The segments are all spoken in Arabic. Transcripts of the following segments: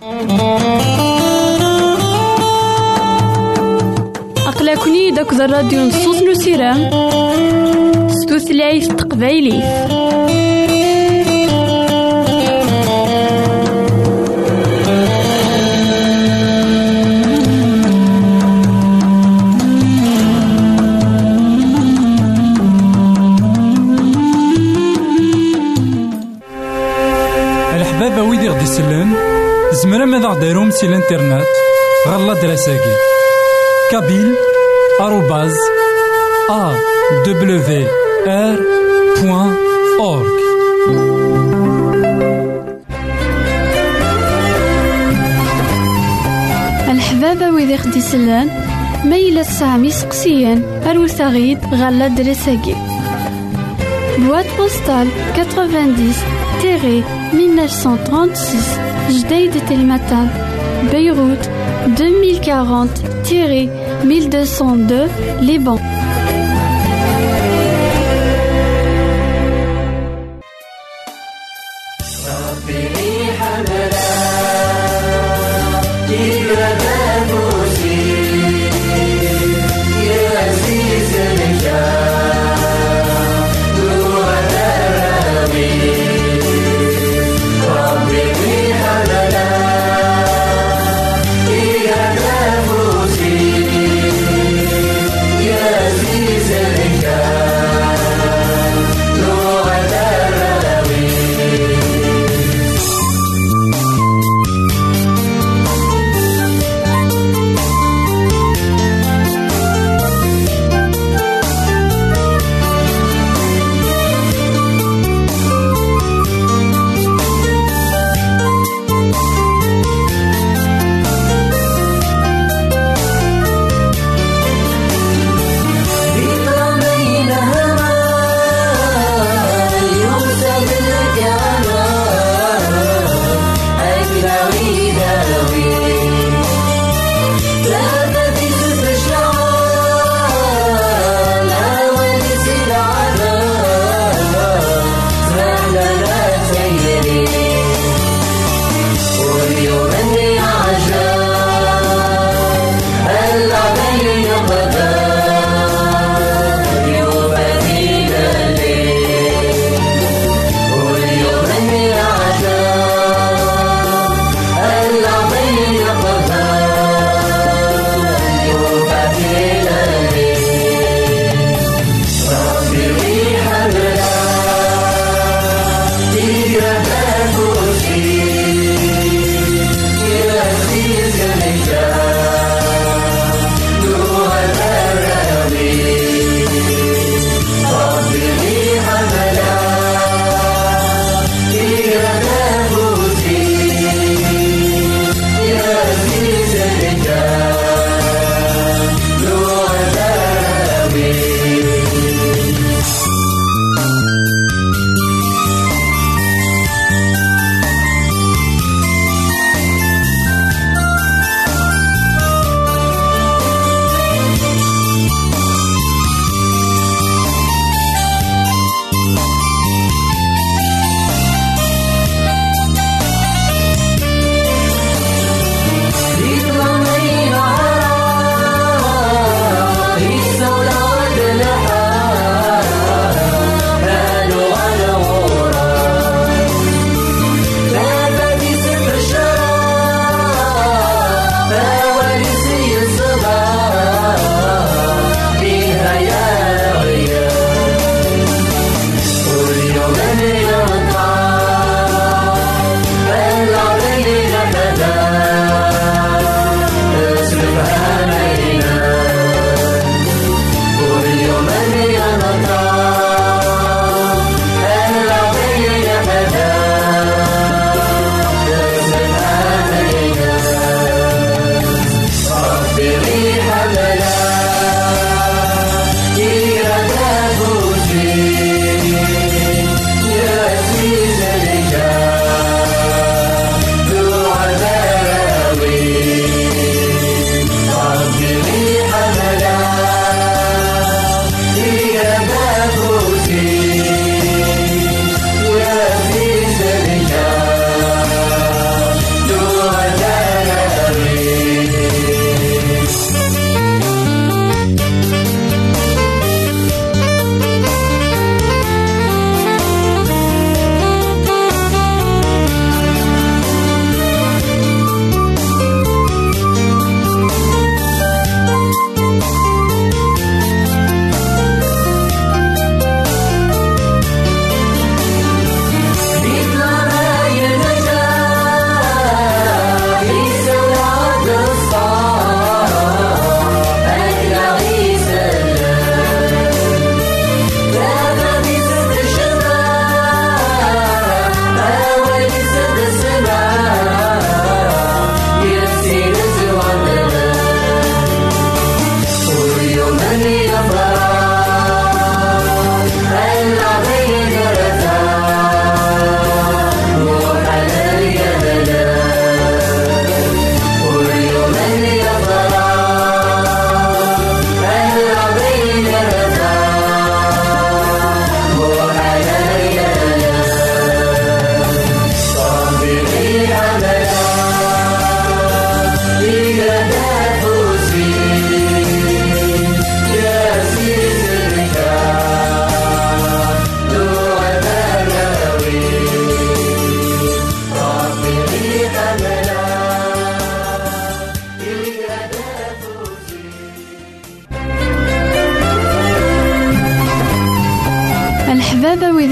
أقلكني داك الراديو نصوص نسيرام ستوثلايف تقبايلي. الحبابة ويدي غدي يسلن زمرا ماذا غديرهم سي الانترنت غالا دراساكي kabyle@awr.org. الحبابة ويدي غدي يسلن ميلا سامي سقسيان أروساغيد غالا دراساكي boîte postale 90-1936 Jdeï de Telmatan Beyrouth 2040-1202 Liban.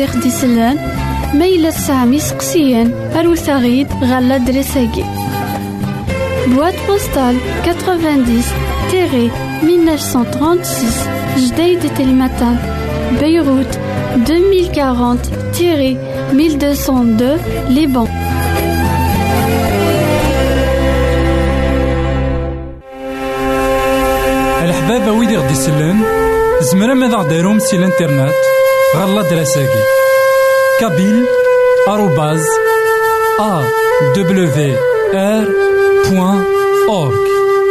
خدي سلان ميلا سامي سقسيان أروثاغيد غالا دريساكي. Boîte postale 90-1936 Jdeï de Télématin, Beyrouth 2040-1202 Liban. الحبابة ويدي غدي يسلن زمرا ماذا غديرهم سي الانترنت غالا دراساكي kabyle@awr.org.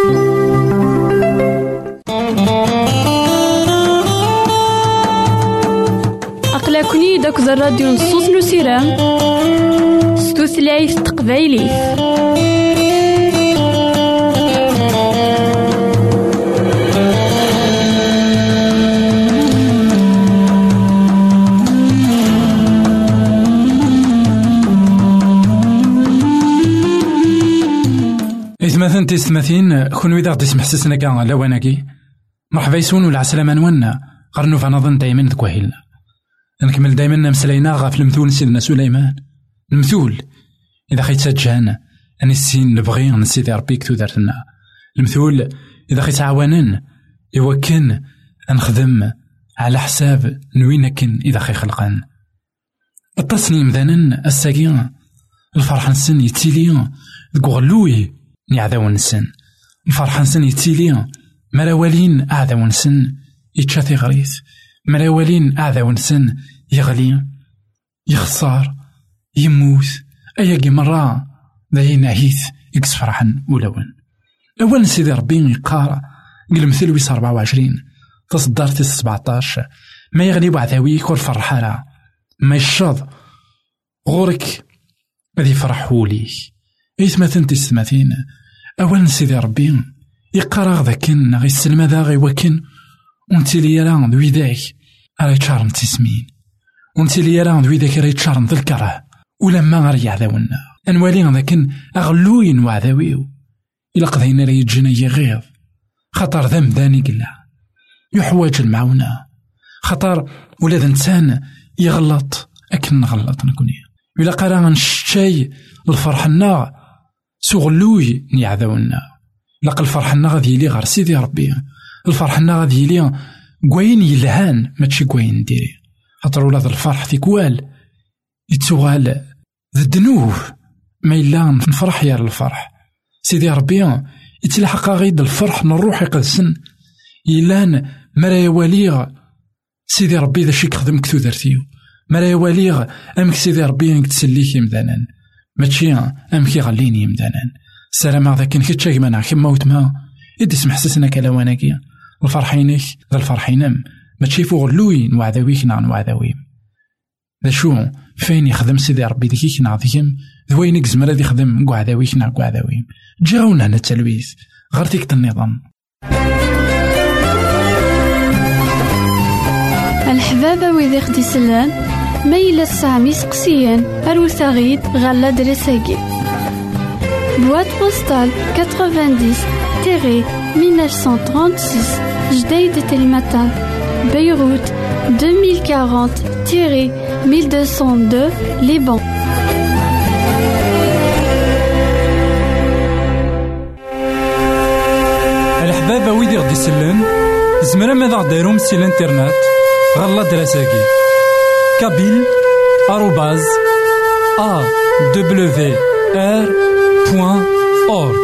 أقلكني داك الراديو نصوص نسيرام ستوثلايف تقبايلي. مثلا تيستماثين كون إذا غدي يسمح سسنا كاع لواناكي مرحبا يسون ولا عسلامة نوانا غير نوفا نظن دايما ذكواهيلنا نكمل دايما مسلاينا غاف المثول سيدنا سليمان. المثول إذا خيت سجان أني السين نبغي نسيدي ربي كتو دارتنا. المثول إذا خيت عوانن يوكن نخدم على حساب نوينكن إذا خي خلقان التصنيم مذانا الساقين الفرح نسن يتيليون ذكوغلوي نعذاو نسن الفرح نسن يتيليون مراوالين أعذاو نسن يتشاثي غريث مراوالين أعذاو نسن يغلي يخسر يموت أياقي مرة ذاين عهيث يكس فرحا ولون. أولا سيدي ربي يقار قل مثل ويس 24 تصدرت 17 ما يغلي وعذاويك والفرحة ما يشاض غورك غادي يفرحوا ليك إثمثن تستماثين. أولا سيدي ربي يقرا ذاكن غي السلمى ذا غي وكن ونتي لي راه ذوي ذاك راهي تشارم تسمين ونتي لي راه ذوي ذاك راهي تشارم ذا الكره ولما غير يعذاونا انوالي ذاكن اغلوين وعذاويو إلا قضينا راه يجينا يغيظ خطر ذنب ذاني قلا يحواج المعونة خطر ولاد انسان يغلط اكن نغلط نكوني إلا قرا نشتاي الفرحنا سغلوي نيعذاونا لقى الفرحنا غادي يلي غير سيدي ربي الفرحنا غادي يلي كوين يلهان ماشي كوين ديري خاطر ولاد الفرح ثيكوال يتسوغال ذدنوه ما إلا نفرح يا الفرح سيدي ربي يتلحق غيد الفرح نروح يقدسن يلان مرا وليغ سيدي ربي ذا شيك خدم كثو درتيو مرا وليغ أمك سيدي ربي انك تسليك يمدانان ماشي أمك يغليني يمدانان السلام هذا كان كتشاك مانا كما وتما يدي سمح سسنا كلاواناكي الفرحينك ذا الفرحينم ماشي فوق غلوين وعذاويك نعن وعذاويم ذا شو فين يخدم سيدي ربي ديكيك نعطيهم ذوينك زمرا دي يخدم قعذاويك نع قعذاويم جاونا هنا التلويث غرتيك النظام. الحبابة ويدي خدي سلان ميلا سامي سقسيان أروثاغيد غالا دريساكي. Boîte postale 90-1936 Jdeï de Télématin, Beyrouth 2040-1202 Liban. الحبابة ويدي غدي يسلن زمرا ماذا غديرهم سي الانترنت غالا دراساكي kabyle@awr.org.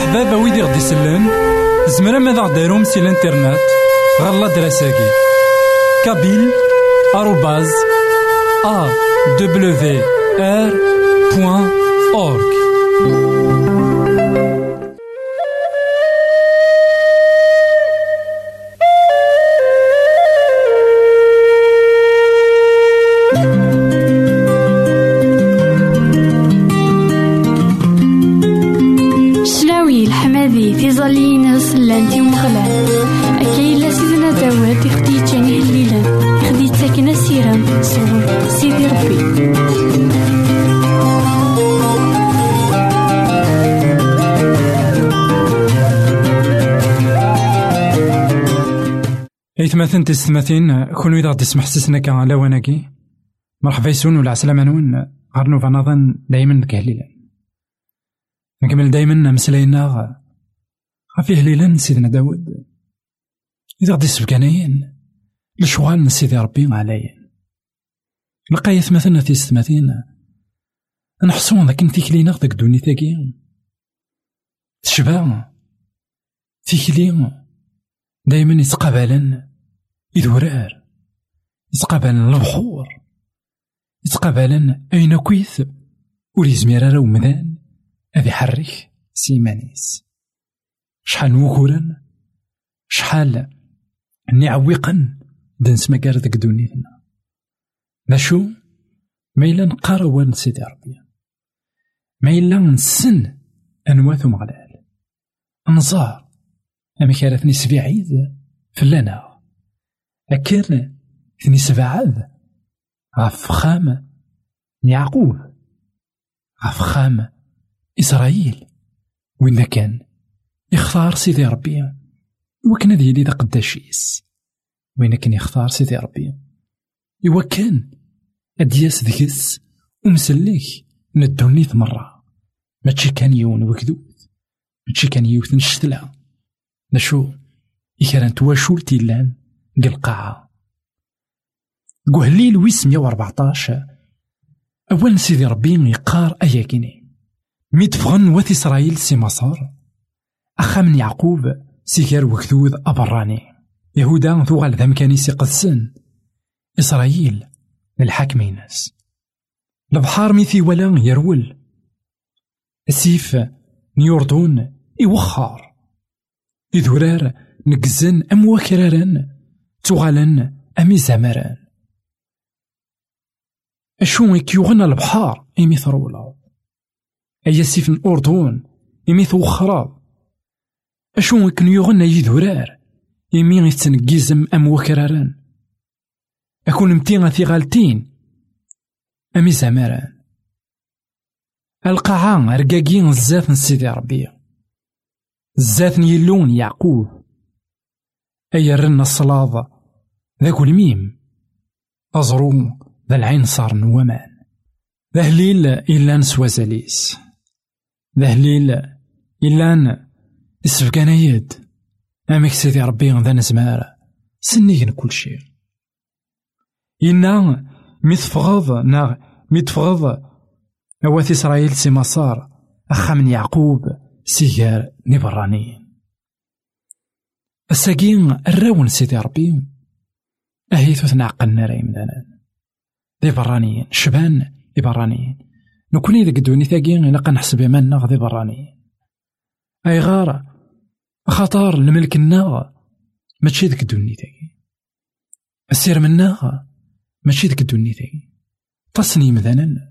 مرحبا بويدي غدي يسلن زمرا ماذا غديرهم سي الانترنت غالا دراساكي كابيل @awr.org. تيزالينا سلانتي ومغلان أكايلا سيدنا داوود يخدي جاني الليلة يخدي تاكنا سيران صور سيدي ربي. ايثماثن تستماثين كونو إذا غدي تسمح سسنا كان على وناكي مرحبا يسون ولا عسلامة نون غارنو فنظن دايما كهليلا نكمل دايما مسلاينا فيه ليلا سيدنا داود إذا غدي سبكانين لشوال سيدي ربي عليا لقايت مثلا في ستماثين نحسون ذاك نتيكلينا ذاك دوني ثاكي تشبع تيكلي دايما يتقابلن يدورار يتقابلن البحور يتقابلن أين كويث وليزمير راه ومذان أذي حرك سيمانيس شحال نوكورن شحال نعوقن دنس مكار ذاك دونيتنا نشو ميلا نقاروان سيدي ربي ميلا نسن أنواث مغلال انظار أما كارثني سبيعيد فلانا أكرن ثني سبعاد غفخام يعقوب غفخام إسرائيل وين كان يختار سيدي ربي وكان ذي لي ذا قداشيس وين كان يختار سيدي ربي وكان أدياس ذكس ومسليك ندوني مرة ماشي كان يون وكذوذ ماشي كان يوث نشتلا نشو إكران تواشولتي لان قلقاعة قهليل ويس 114 أول سيدي ربي يقار أياكيني ميتفغن وث إسرائيل سي مصر أخا من يعقوب سيكار وكذوذ أبراني يهودا ثوغال ذا مكانيسي قدسن إسرائيل للحاكمينس البحار ميثي ولا يرول السيف نيوردون إوخار إذورار نقزن أم وكرارن تغالن أمي زمران أشو يكيوغن البحار إمي ثرولا أي سيف الأردون إمي ثوخراب أشو يكن يغنى يذورار إمي يتنقيزم أم وكرارن أكون متيغا ثيغالتين أمي زمران القاعة رقاقين الزاث سيدي ربي الزاث يلون يعقوب أي رن الصلاة ذاك الميم أزرو ذا العين صار نوامان ذا هليل إلا نسوازاليس ذا هليل إلا السفقان يد أمك سيدي ربي ذا نزمار سنيغن كل شيء إنا ميتفغض أواث إسرائيل سي مصار أخا من يعقوب سيجار نبرانيين الساقين الراون سيدي ربي أهيثو ثنعقلنا راي مدانا ذي برانيين شبان ذي برانيين نكوني ذا قدوني ثاقين لقا نحسب يمانا ذي برانيين أي غارة خطار الملك الناغ ماشي ذا قدوني ثاقين السير من ناغ ماشي ذا قدوني ثاقين تصني مدانا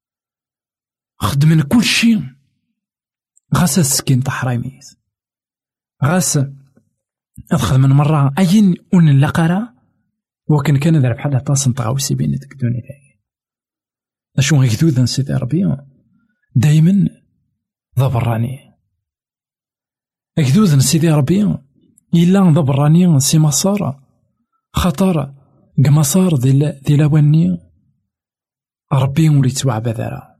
خدمن كل شيء غاس السكين طحرايميث غاس أدخل من مرة أين أون اللقرة وكان ذا بحال طاسن طاوسي بين تكدوني ذاك أشو غيكذوذ سيدي ربي دايما ذا براني غيكذوذ سيدي ربي إلا ذا براني سي مصار خطر قمصار ذي لواني ربي وليت توعب ذرا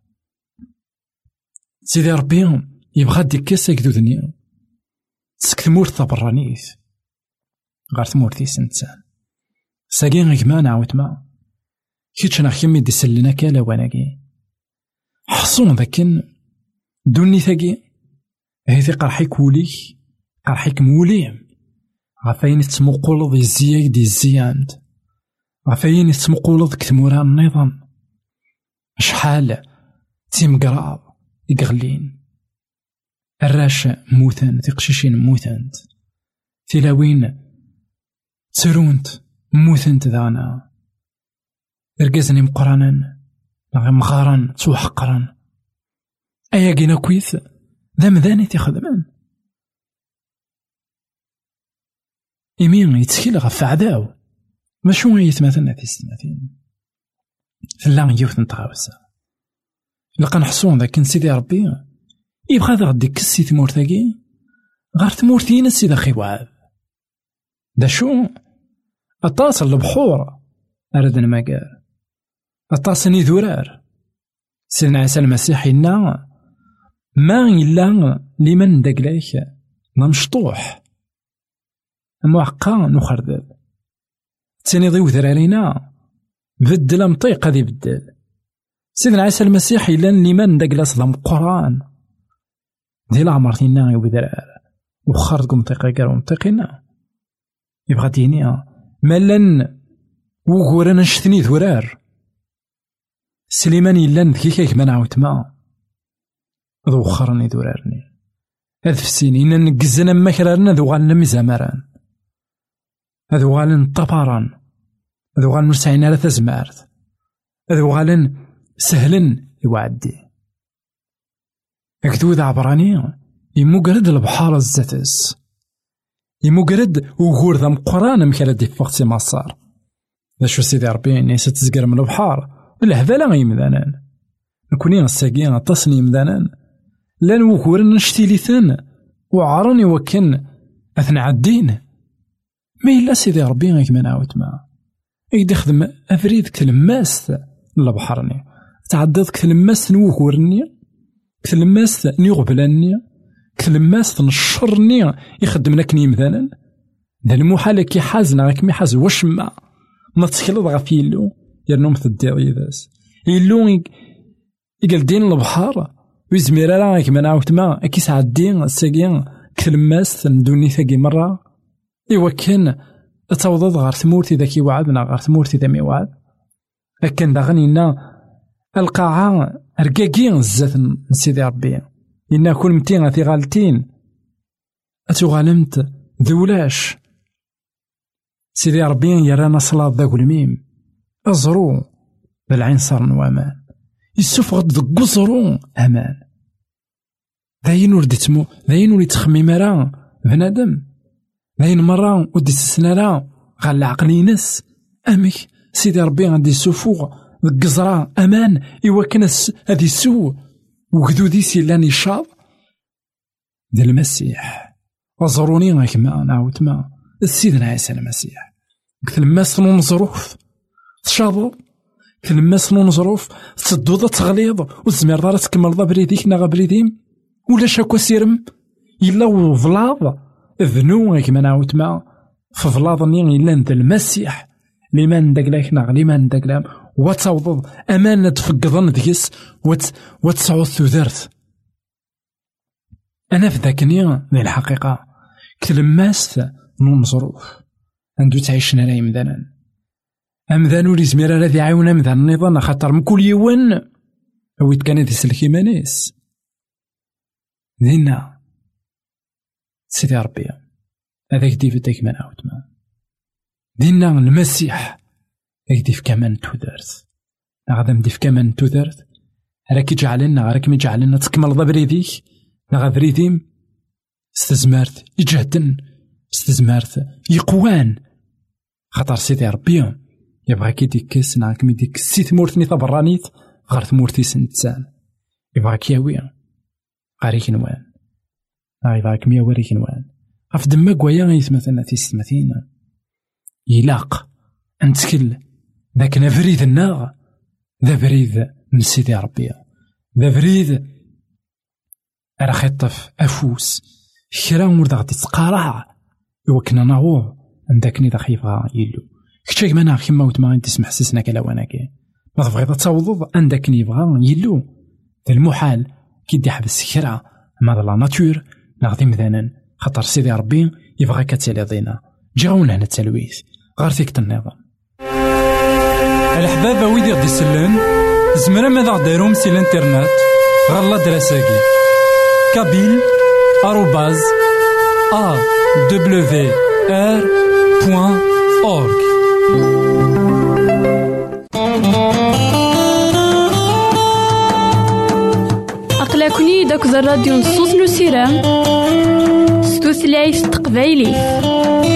سيدي ربي يبغى ديكاس غيكذوذني تسك ثمورت ذا برانيث غار ثمورتيس إنسان ساقين غيكما نعاود ما كيتش أنا خيمي دي سلنا كالا واناكي حصون ذاكن دوني ثاقي هيثي قرحيك وليك قرحيك موليم غفاين تسمقولض الزياك دي الزياند غفاين تسمقولض كتمورا النظام شحال تيمقراب يقغلين الراش موثان تقشيشين موثانت تلاوين ترونت موثانت ذانا رقزني مقرانا مغارا توحقرا ايا قينا كويث ذا مذاني تخدمان إمين يتكيل غف عداو ماشو يتمثلنا في السماثين فلان يوث نتغاوسا لقا نحصون ذاك سيدي ربي يبغى ذا غدي كسي ثمورتاكي غار ثمورتين السيدة خواب دا شو أطاس البحور أردنا ما قال أطاسني ذرار سيدنا عيسى المسيح إنا ما إلا لمن دقلايك نمشطوح معقا نخردل تاني ضيو ذرارينا بدل مطيق هذي بدل سيدنا عيسى المسيح إلا لمن دقلاس ضم قرآن دي العمرتنا يو ذرار وخرجكم مطيقا قالوا مطيقنا يبغى دينيا مالن وغورنا نشتني ذرار سليمان إلا ذكيكيك من عاوتما ذو خرني ذرارني هذ في السنين إن نقزنا مكررنا ذو غالنا مزامران هذو غالن طباران هذو غالن مرسعين على تزمارت هذو غالن سهلن يوعدي هكذو ذا عبراني يمقرد البحار الزاتس يمقرد وغور ذا مقران مكالا دي فوقتي مصار ذا شو سيدي ربي إني ستزقر من البحار الهذا غيمدانان نكوني الساقين التصني مدانان لان وغور نشتي لثان وعرني وكن أثناء الدين ما إلا سيدي ربي غيك من عاوت ما يدي خدم أفريد كتلماس لبحرني تعدد كتلماس نوغورني كتلماس نيغبلاني كتلماس نشرني يخدم لك نيمذانا دا المحال كي حازنا غيك مي حاز وشما ما تسكلض غف يلو يرنوم تدير يداس يلو يقال دين البحر ويزمير راه غيك من عاوت ما كي سعدين الساقين كتلماس ندوني ثاقي مرة إوا كان توضض غار ثمورتي ذاكي وعدنا غار ثمورتي ذا مي وعد لكن داغنينا القاعة رقاقين زات نسيدي ربي إنا كل متين غاثي غالتين أتغالمت ذولاش سيدي ربي يرانا صلاة ذاك الميم أزرو بالعين صار نوامان يسوفغد ذاك قزرو أمان ذاين ولدي تمو ذاين ولدي تخميم راه بنادم ذاين مرة ودي السنة غال العقل ينس أمك سيدي ربي غادي يسوفوغ القزرة أمان إوا كنس هادي سو وكذو سيلان يشاط ديال المسيح وزروني غاك ما نعاود ما سيدنا عيسى المسيح قلت لما صنو نظروف تشاضو قلت لما صنو نظروف تسدو تغليظ وتزمير دار تكمل ضا بريديك نا بريديم ولا شاكو سيرم إلا وفلاض ذنو غيك ما نعاود ما ففلاضني إلا نتا المسيح لمن داكلاك ناغ لمن داكلام وتوضض أمانة تفقضن ديس وتسعود ثودرت أنا في ذاكني ذي الحقيقة كلماس نون ظروف عندو تعيشنا لا يمدانا أمذانو لي زميرا الذي عاونا مذان النظام خاطر من كل يوان أويت كان دي سلكي مانيس دينا سيدي ربي هذاك ديف داك من عاود ما دينا المسيح يديف كمان تودرت غادا مديف كمان تودرت راكي جعلنا راكي مجعلنا تكمل ضبريديك غا بريديم استزمارت يجهدن استزمارت يقوان خاطر سيدي ربي يبغى كي ديكس ناك مي ديك سي ثمورتني تبرانيت غير ثمورتي سنتسان يبغى كياوي غاريك نوان غايضاك ميا وريك نوان غف دما كوايا غيتمثلنا تيستمثين يلاق انتكل ذاك نفريد الناغ ذا بريد من سيدي ربي ذا بريد راه خيطف افوس كرا مورد غادي تقارع يوكنا ناغو عندكني ذا خيفا يلو كتشاك مانا كيما وتما غادي تسمح سسنا كلا واناكي ما تبغي تصوض عندكني يبغى يلو ذا المحال كي دي حبس كرا ما لا ناتور ناغدي مذانا خاطر سيدي ربي يبغى كتسالي ضينا. جي غاونا هنا التلويث غار فيك النظام. الحبابة ويدي غدي يسلن زمرا ماذا غديرهم سي الانترنت غالا دراساكي kabyle@awr.org. أقلكني داك الراديو نصوص نسيرام ستوثلايف تقبايلي.